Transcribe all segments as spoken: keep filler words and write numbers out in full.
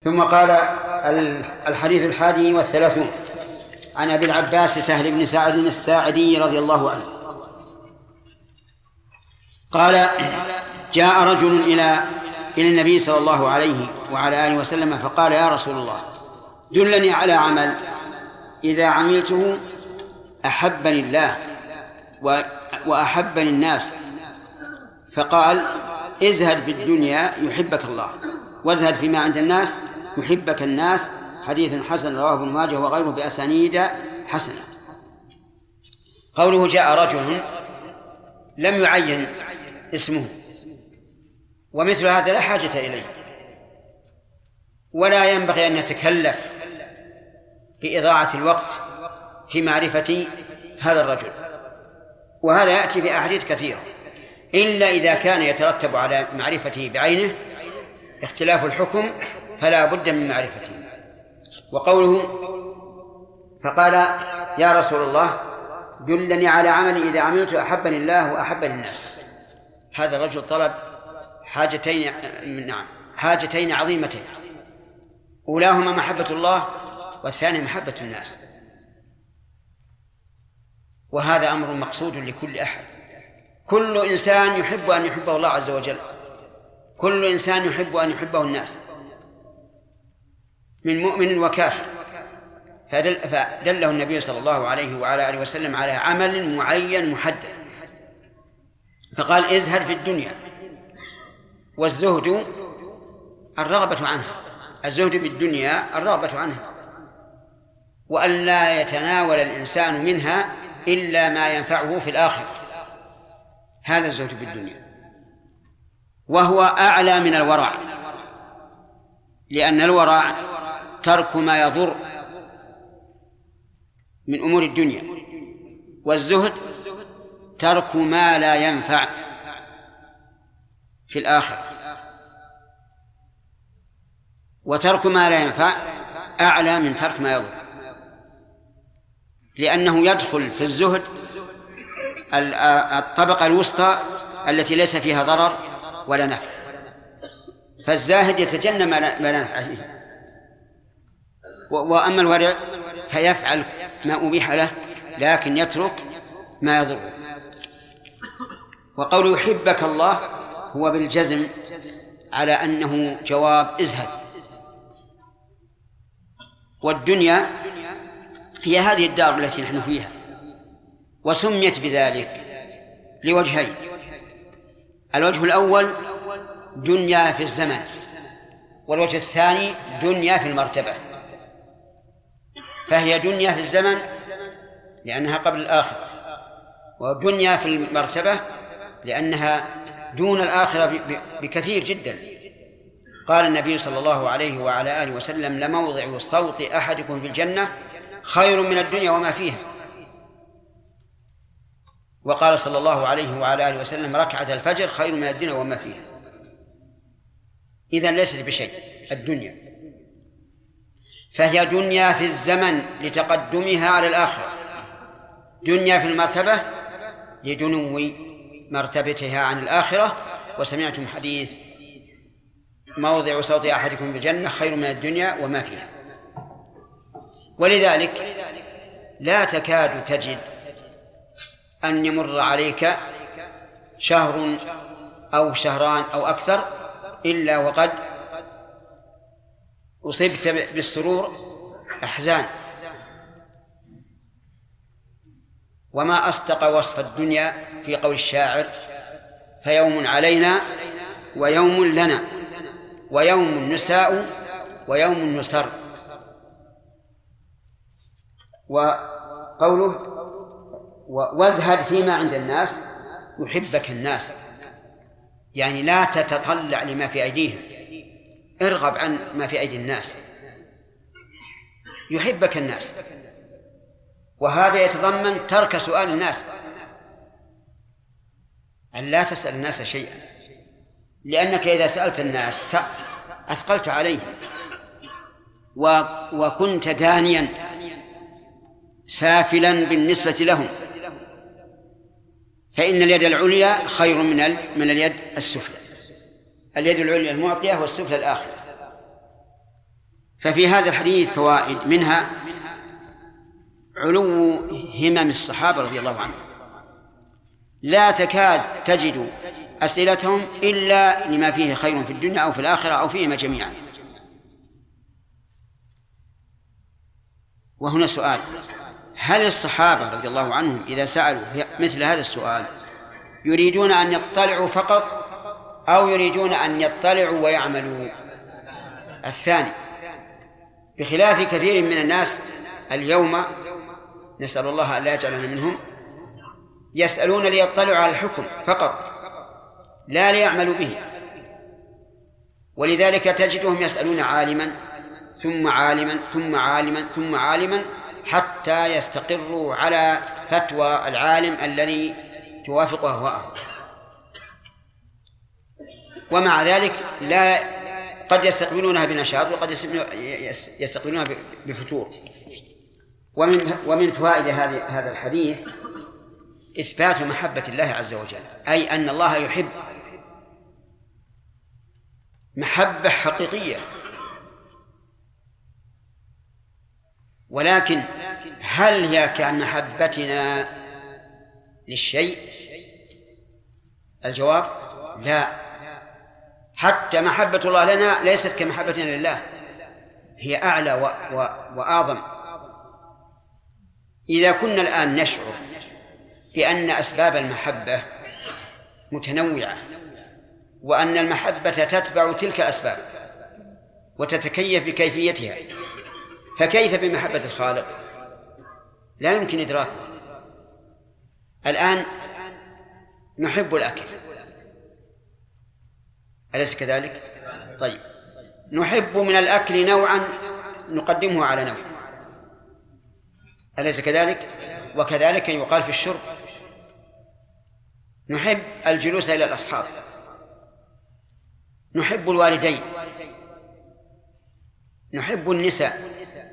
ثم قال الحديث الحادي والثلاثون عن أبي العباس سهل بن سعد الساعدي رضي الله عنه قال جاء رجل إلى إلى النبي صلى الله عليه وعلى آله وسلم فقال يا رسول الله دلني على عمل إذا عملته أحبني الله وأحبني الناس. فقال ازهد في الدنيا يحبك الله وازهد فيما عند الناس يحبك الناس. حديث حسن رواه ابن ماجه وغيره بأسانيد حسنة. قوله جاء رجل لم يعين اسمه، ومثل هذا لا حاجة إليه، ولا ينبغي أن يتكلف بإضاعة الوقت في معرفة هذا الرجل، وهذا يأتي في أحاديث كثيرة، إلا إذا كان يترتب على معرفته بعينه اختلاف الحكم فلا بد من معرفته. وقوله فقال يا رسول الله دلني على عمل إذا عملت أحبني الله وأحبني الناس. هذا الرجل طلب حاجتين نعم حاجتين عظيمتين، أولاهما محبة الله والثاني محبة الناس، وهذا أمر مقصود لكل أحد. كل إنسان يحب أن يحبه الله عز وجل، كل إنسان يحب أن يحبه الناس من مؤمن وكافر. فدل فدله النبي صلى الله عليه وعلى آله وسلم على عمل معين محدد، فقال ازهد في الدنيا. والزهد الرغبة عنها، الزهد في الدنيا الرغبة عنها، وأن لا يتناول الإنسان منها إلا ما ينفعه في الآخرة، هذا الزهد في الدنيا، وهو أعلى من الورع، لأن الورع ترك ما يضر من أمور الدنيا، والزهد ترك ما لا ينفع في الآخرة. وترك ما لا ينفع أعلى من ترك ما يضر، لأنه يدخل في الزهد الطبقة الوسطى التي ليس فيها ضرر ولا نفع، فالزاهد يتجنب ما لا نفع فيه، وأما الورع فيفعل ما أبيح له لكن يترك ما يضره. وقول يحبك الله هو بالجزم على أنه جواب ازهد. والدنيا هي هذه الدار التي نحن فيها، وسميت بذلك لوجهين: الوجه الأول دنيا في الزمن، والوجه الثاني دنيا في المرتبة. فهي دنيا في الزمن لأنها قبل الآخرة، ودنيا في المرتبة لأنها دون الآخرة بكثير جدا. قال النبي صلى الله عليه وعلى آله وسلم لموضع صوت أحدكم في الجنة خير من الدنيا وما فيها. وقال صلى الله عليه وعلى آله وسلم ركعة الفجر خير من الدنيا وما فيها. إذن ليست بشيء الدنيا، فهي دنيا في الزمن لتقدمها على الآخرة، دنيا في المرتبة لدنو مرتبتها عن الآخرة. وسمعتم حديث موضع صوت أحدكم بالجنة خير من الدنيا وما فيها. ولذلك لا تكاد تجد أن يمر عليك شهر أو شهران أو أكثر إلا وقد أصبت بالسرور أحزان. وما أصدق وصف الدنيا في قول الشاعر: فيوم علينا ويوم لنا ويوم نساء ويوم نسر. وقوله وازهد فيما عند الناس يحبك الناس، يعني لا تتطلع لما في أيديهم، ارغب عن ما في أيدي الناس يحبك الناس. وهذا يتضمن ترك سؤال الناس، أن لا تسأل الناس شيئا، لأنك إذا سألت الناس أثقلت عليهم وكنت دانيا سافلا بالنسبة لهم، فإن اليد العليا خير من من اليد السفلى. اليد العليا المعطية والسفلى الآخرة. ففي هذا الحديث فوائد، منها علو همم الصحابة رضي الله عنهم، لا تكاد تجد أسئلتهم إلا لما فيه خير في الدنيا أو في الآخرة أو فيهما جميعا. وهنا سؤال: هل الصحابة رضي الله عنهم إذا سألوا مثل هذا السؤال يريدون أن يطلعوا فقط أو يريدون أن يطلعوا ويعملوا؟ الثاني، بخلاف كثير من الناس اليوم، نسأل الله أن لا يجعلنا منهم، يسألون ليطلعوا على الحكم فقط لا ليعملوا به، ولذلك تجدهم يسألون عالما ثم عالما ثم عالما ثم عالما حتى يستقروا على فتوى العالم الذي توافق أهواءهم، ومع ذلك لا قد يستقبلونها بنشاط وقد يستقبلونها بفتور. ومن ومن فوائد هذا الحديث إثبات محبة الله عز وجل، أي أن الله يحب محبة حقيقية. ولكن هل هي كمحبتنا للشيء؟ الجواب لا، حتى محبة الله لنا ليست كمحبتنا لله، هي أعلى و... و... وأعظم. إذا كنا الآن نشعر بأن أسباب المحبة متنوعة وأن المحبة تتبع تلك الأسباب وتتكيف بكيفيتها، فكيف بمحبة الخالق؟ لا يمكن إدراكه. الآن نحب الأكل، أليس كذلك؟ طيب، نحب من الأكل نوعا نقدمه على نوع، أليس كذلك؟ وكذلك يقال في الشرب، نحب الجلوس إلى الأصحاب، نحب الوالدين، نحب النساء.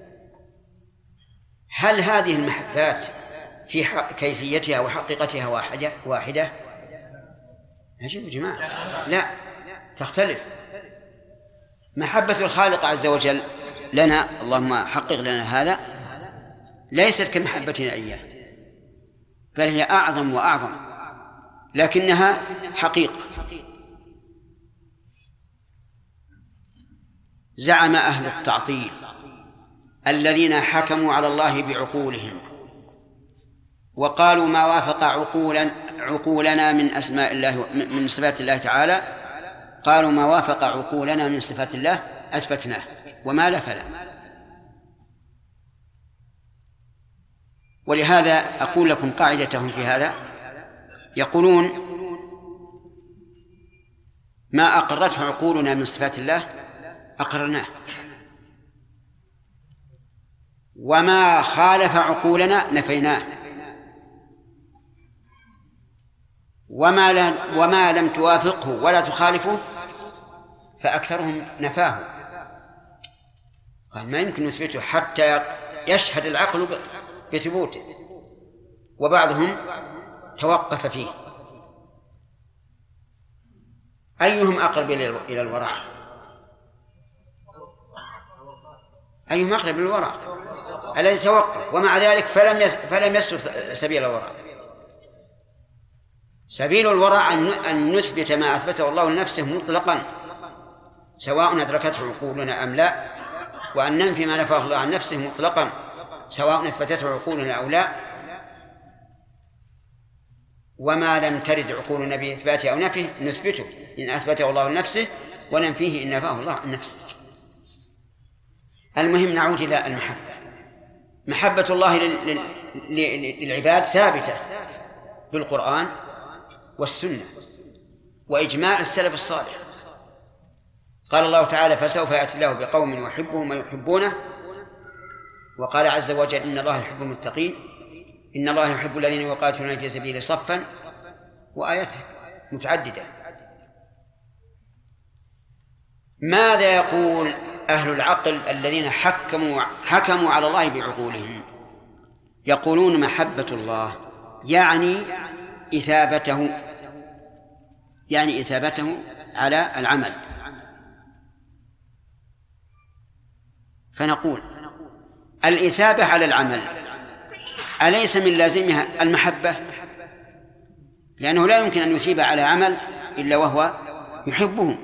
هل هذه المحبات في كيفيتها وحقيقتها واحدة واحدة؟ عجيب جماعة، لا، تختلف. محبة الخالق عز وجل لنا، اللهم حقق لنا هذا، ليست كمحبتنا إياه، بل هي أعظم وأعظم، لكنها حقيقة. زعم أهل التعطيل الذين حكموا على الله بعقولهم وقالوا ما وافق عقولا عقولنا من أسماء الله من صفات الله تعالى، قالوا ما وافق عقولنا من صفات الله أثبتناه وما لا فلا. ولهذا أقول لكم قاعدتهم في هذا، يقولون ما أقرته عقولنا من صفات الله أقرناه، وما خالف عقولنا نفيناه، وما لم, وما لم توافقه ولا تخالفه فأكثرهم نفاه. قال ما يمكن نثبته حتى يشهد العقل بثبوته، وبعضهم توقف فيه. أيهم أقرب إلى الورع؟ أيهم أقرب إلى الورع؟ الذي توقف ومع ذلك فلم يس... فلم يسلك سبيل الورع. سبيل الورع أن نثبت ما أثبته الله لنفسه مطلقا سواء أدركته عقولنا أم لا، وأن ننفي ما نفاه الله عن نفسه مطلقا سواء أثبتته عقولنا أو لا، وما لم ترد عقولنا بإثباته أو نفيه نثبته إن أثبته الله لنفسه وننفيه إن نفاه الله عن نفسه. المهم نعود إلى المحبة. محبة الله للعباد ثابتة بالقرآن والسنة وإجماع السلف الصالح. قال الله تعالى فسوف يأتي الله بقوم يحبهم ويحبونه، وقال عز وجل إن الله يحب المتقين، إن الله يحب الذين يقاتلون في سبيله صفا، وآياته متعددة. ماذا يقول أهل العقل الذين حكموا حكموا على الله بعقولهم؟ يقولون محبة الله يعني إثابته يعني إثابته على العمل، فنقول الإثابة على العمل أليس من لازمها المحبة؟ لأنه لا يمكن أن يثيب على عمل إلا وهو يحبه،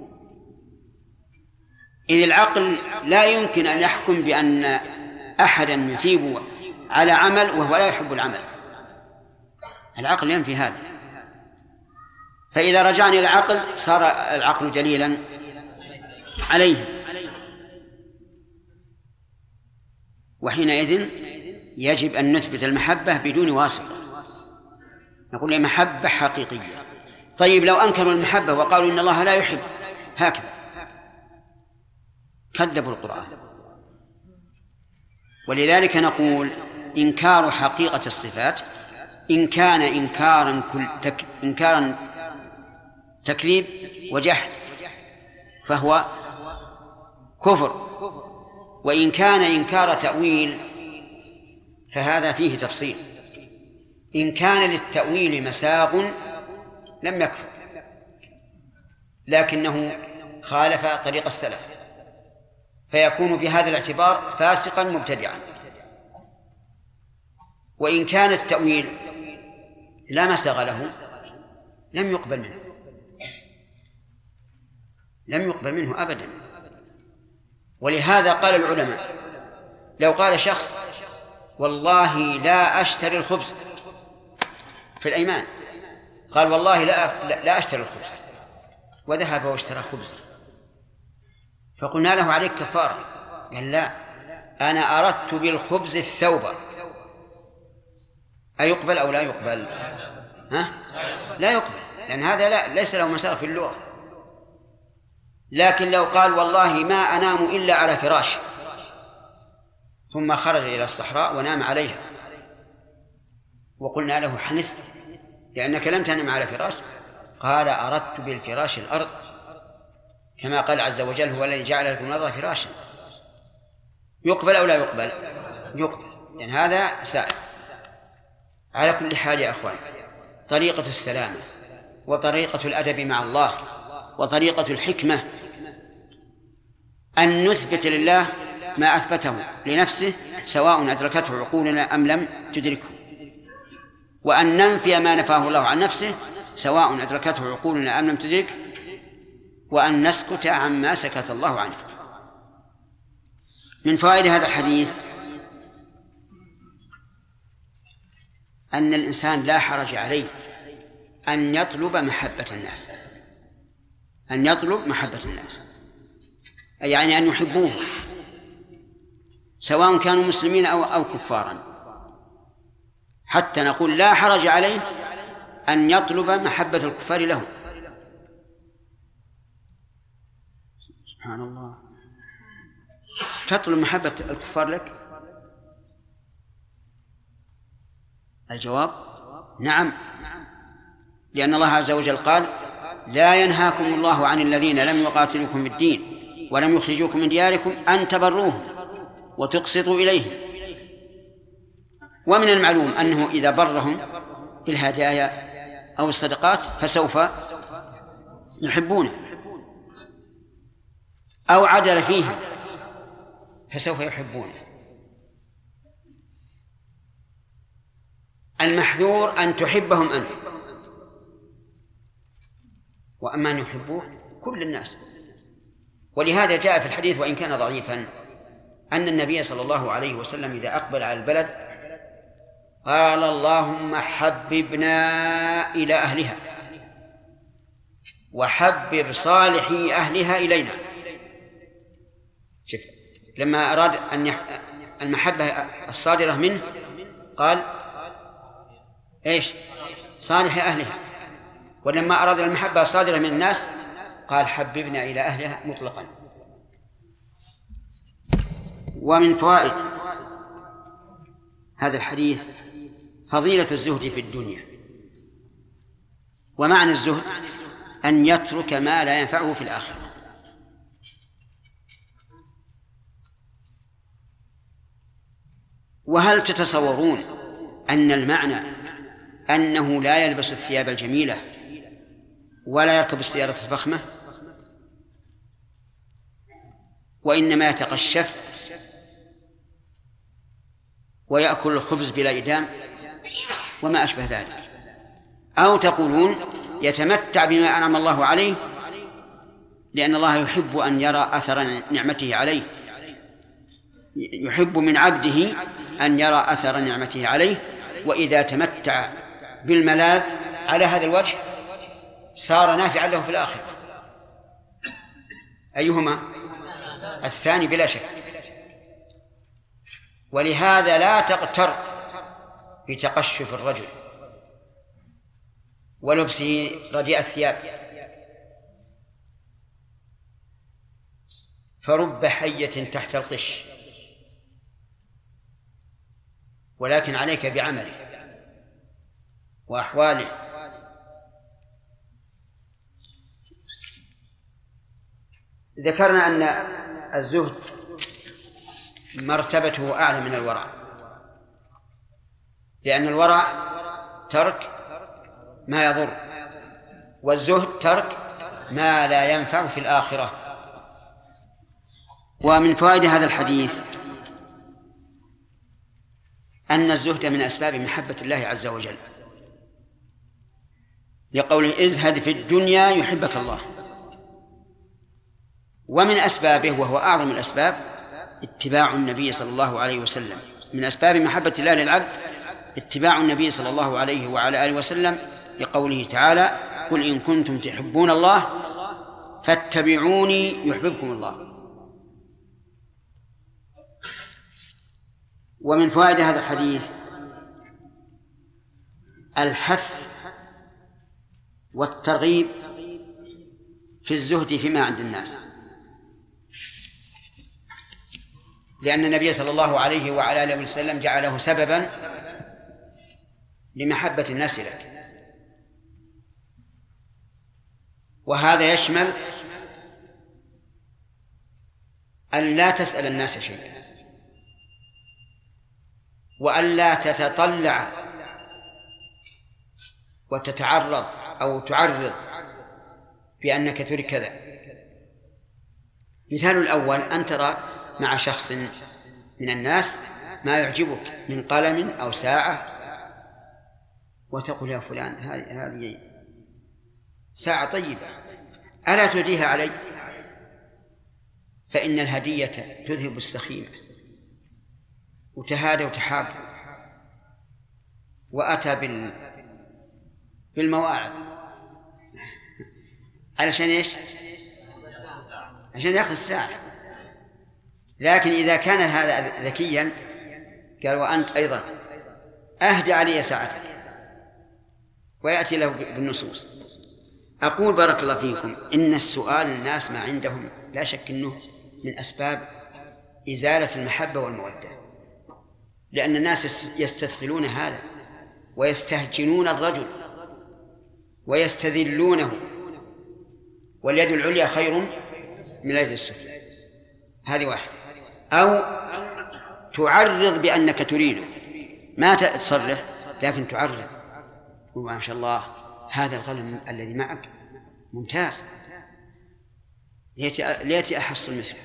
إذ العقل لا يمكن أن يحكم بأن أحدا يثيب على عمل وهو لا يحب العمل، العقل ينفي هذا. فإذا رجعنا إلى العقل صار العقل دليلا عليه، وحينئذ يجب أن نثبت المحبة بدون واسطة، نقول محبة حقيقية. طيب لو أنكروا المحبة وقالوا إن الله لا يحب هكذا كذبوا القرآن. ولذلك نقول إنكار حقيقة الصفات إن كان إنكارا كل تك إنكارا تكذيب وجحد فهو كفر، وإن كان إنكار تأويل فهذا فيه تفصيل. إن كان للتأويل مساغ لم يكفر، لكنه خالف طريق السلف فيكون بهذا الاعتبار فاسقا مبتدعا. وإن كان التأويل لا مساغ له لم يقبل منه، لم يقبل منه أبدا. ولهذا قال العلماء لو قال شخص والله لا أشتري الخبز في الأيمان، قال والله لا, لا أشتري الخبز، وذهب واشترى خبز، فقلنا له عليك كفارة، قال لا أنا أردت بالخبز الثوب، أيقبل أو لا يقبل؟ ها؟ لا يقبل، لأن هذا لا ليس له مسار في اللغة. لكن لو قال والله ما أنام إلا على فراش، ثم خرج إلى الصحراء ونام عليها، وقلنا له حنثت لأنك لم تنم على فراش، قال أردت بالفراش الأرض، كما قال عز وجل هو الذي جعل لكم الأرض فراشا. يقبل أو لا يقبل؟ يقبل، لأن هذا سائل. على كل حال يا أخوان، طريقة السلامة وطريقة الأدب مع الله وطريقة الحكمة أن نثبت لله ما أثبته لنفسه سواء أدركته عقولنا أم لم تدركه، وأن ننفي ما نفاه الله عن نفسه سواء أدركته عقولنا أم لم تدرك، وأن نسكت عما سكت الله عنه. من فوائد هذا الحديث أن الإنسان لا حرج عليه أن يطلب محبة الناس، أن يطلب محبة الناس يعني أن يحبوه سواء كانوا مسلمين أو, أو كفارا، حتى نقول لا حرج عليه أن يطلب محبة الكفار له. سبحان الله، تطلب محبة الكفار لك؟ الجواب نعم، لأن الله عز وجل قال لا ينهاكم الله عن الذين لم يقاتلوكم في الدين ولم يخرجوكم من دياركم أن تبروهم وتقسطوا إليهم. ومن المعلوم أنه إذا برهم بالهدايا أو الصدقات فسوف يحبونه، أو عدل فيهم فسوف يحبونه. المحذور أن تحبهم أنت، وأما أن يحبوه كل الناس. ولهذا جاء في الحديث وإن كان ضعيفا أن النبي صلى الله عليه وسلم إذا أقبل على البلد قال اللهم حببنا إلى أهلها وحبب صالحي أهلها إلينا. شوف، لما أراد أن يح... المحبة الصادرة منه قال إيش؟ صالح أهلها. ولما أراد المحبة الصادرة من الناس قال حببنا إلى أهلها مطلقا. ومن فوائد هذا الحديث فضيلة الزهد في الدنيا. ومعنى الزهد أن يترك ما لا ينفعه في الآخرة. وهل تتصورون أن المعنى أنه لا يلبس الثياب الجميلة ولا يركب السيارة الفخمة، وإنما يتقشف ويأكل الخبز بلا إدام وما أشبه ذلك. أو تقولون يتمتع بما أنعم الله عليه لأن الله يحب أن يرى أثر نعمته عليه، يحب من عبده أن يرى أثر نعمته عليه، وإذا تمتع بالملاذ على هذا الوجه صار نافعا له في الآخرة. أيهما؟ الثاني بلا شك. ولهذا لا تغتر بتقشف الرجل ولبسه رديء الثياب، فرب حية تحت القش، ولكن عليك بعمله وأحواله. ذكرنا أن الزهد مرتبته أعلى من الورع، لأن الورع ترك ما يضر، والزهد ترك ما لا ينفع في الآخرة. ومن فوائد هذا الحديث أن الزهد من أسباب محبة الله عز وجل، لقوله ازهد في الدنيا يحبك الله. ومن أسبابه وهو أعظم الأسباب اتباع النبي صلى الله عليه وسلم. من أسباب محبة الله للعبد اتباع النبي صلى الله عليه وعلى آله وسلم، لقوله تعالى قل إن كنتم تحبون الله فاتبعوني يحببكم الله. ومن فوائد هذا الحديث الحث والترغيب في الزهد فيما عند الناس، لأن النبي صلى الله عليه وعلى آله وسلم جعله سببا لمحبة الناس لك. وهذا يشمل أن لا تسأل الناس شيئا، وأن لا تتطلع وتتعرض أو تعرض بأنك تريد كذا. مثال الأول أن ترى مع شخص من الناس ما يعجبك من قلم أو ساعة، وتقول يا فلان هذه ساعة طيبة ألا تهديها علي؟ فإن الهدية تذهب السخيمة. وتهادى وتحاب وأتى بال بالمواعظ علشان إيش؟ عشان يأخذ الساعة. لكن إذا كان هذا ذكيا قال وأنت أيضا أهدي علي ساعتك، ويأتي له بالنصوص. أقول بارك الله فيكم إن السؤال الناس ما عندهم لا شك أنه من أسباب إزالة المحبة والمودة، لأن الناس يستثقلون هذا ويستهجنون الرجل ويستذلونه، واليد العليا خير من اليد السفلى. هذه واحدة. أو تعرض بأنك تريده، ما تصرح لكن تعرض، وما شاء الله هذا القلم الذي معك ممتاز، ليتي أحصل مثله.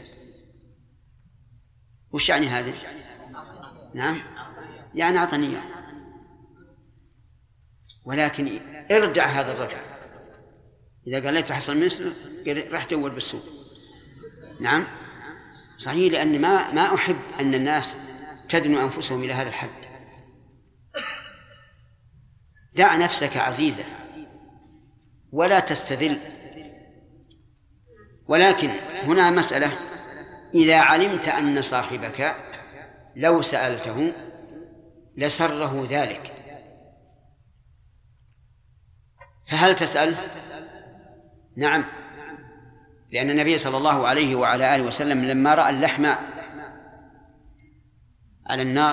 وش يعني هذا؟ نعم يعني أعطني إياه. ولكن ارجع هذا الرجل إذا قال لي تحصل مثله راح تول بالسوق. نعم صحيح، لأن ما ما أحب أن الناس تدنو أنفسهم إلى هذا الحد. دع نفسك عزيزة ولا تستذل. ولكن هنا مسألة، إذا علمت أن صاحبك لو سألته لسره ذلك، فهل تسأل؟ نعم، لأن النبي صلى الله عليه وعلى آله وسلم لما رأى اللحم على النار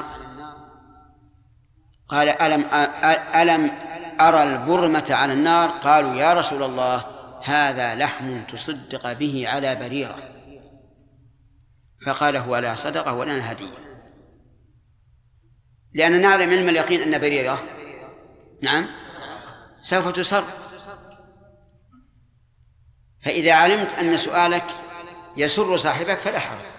قال ألم ألم أرى البرمة على النار؟ قالوا يا رسول الله هذا لحم تصدق به على بريرة. فقال هو لا صدقة ولا هدية، لأننا نعلم علم اليقين أن بريرة نعم سوف تسر. فإذا علمت أن سؤالك يسر صاحبك فلا حرج.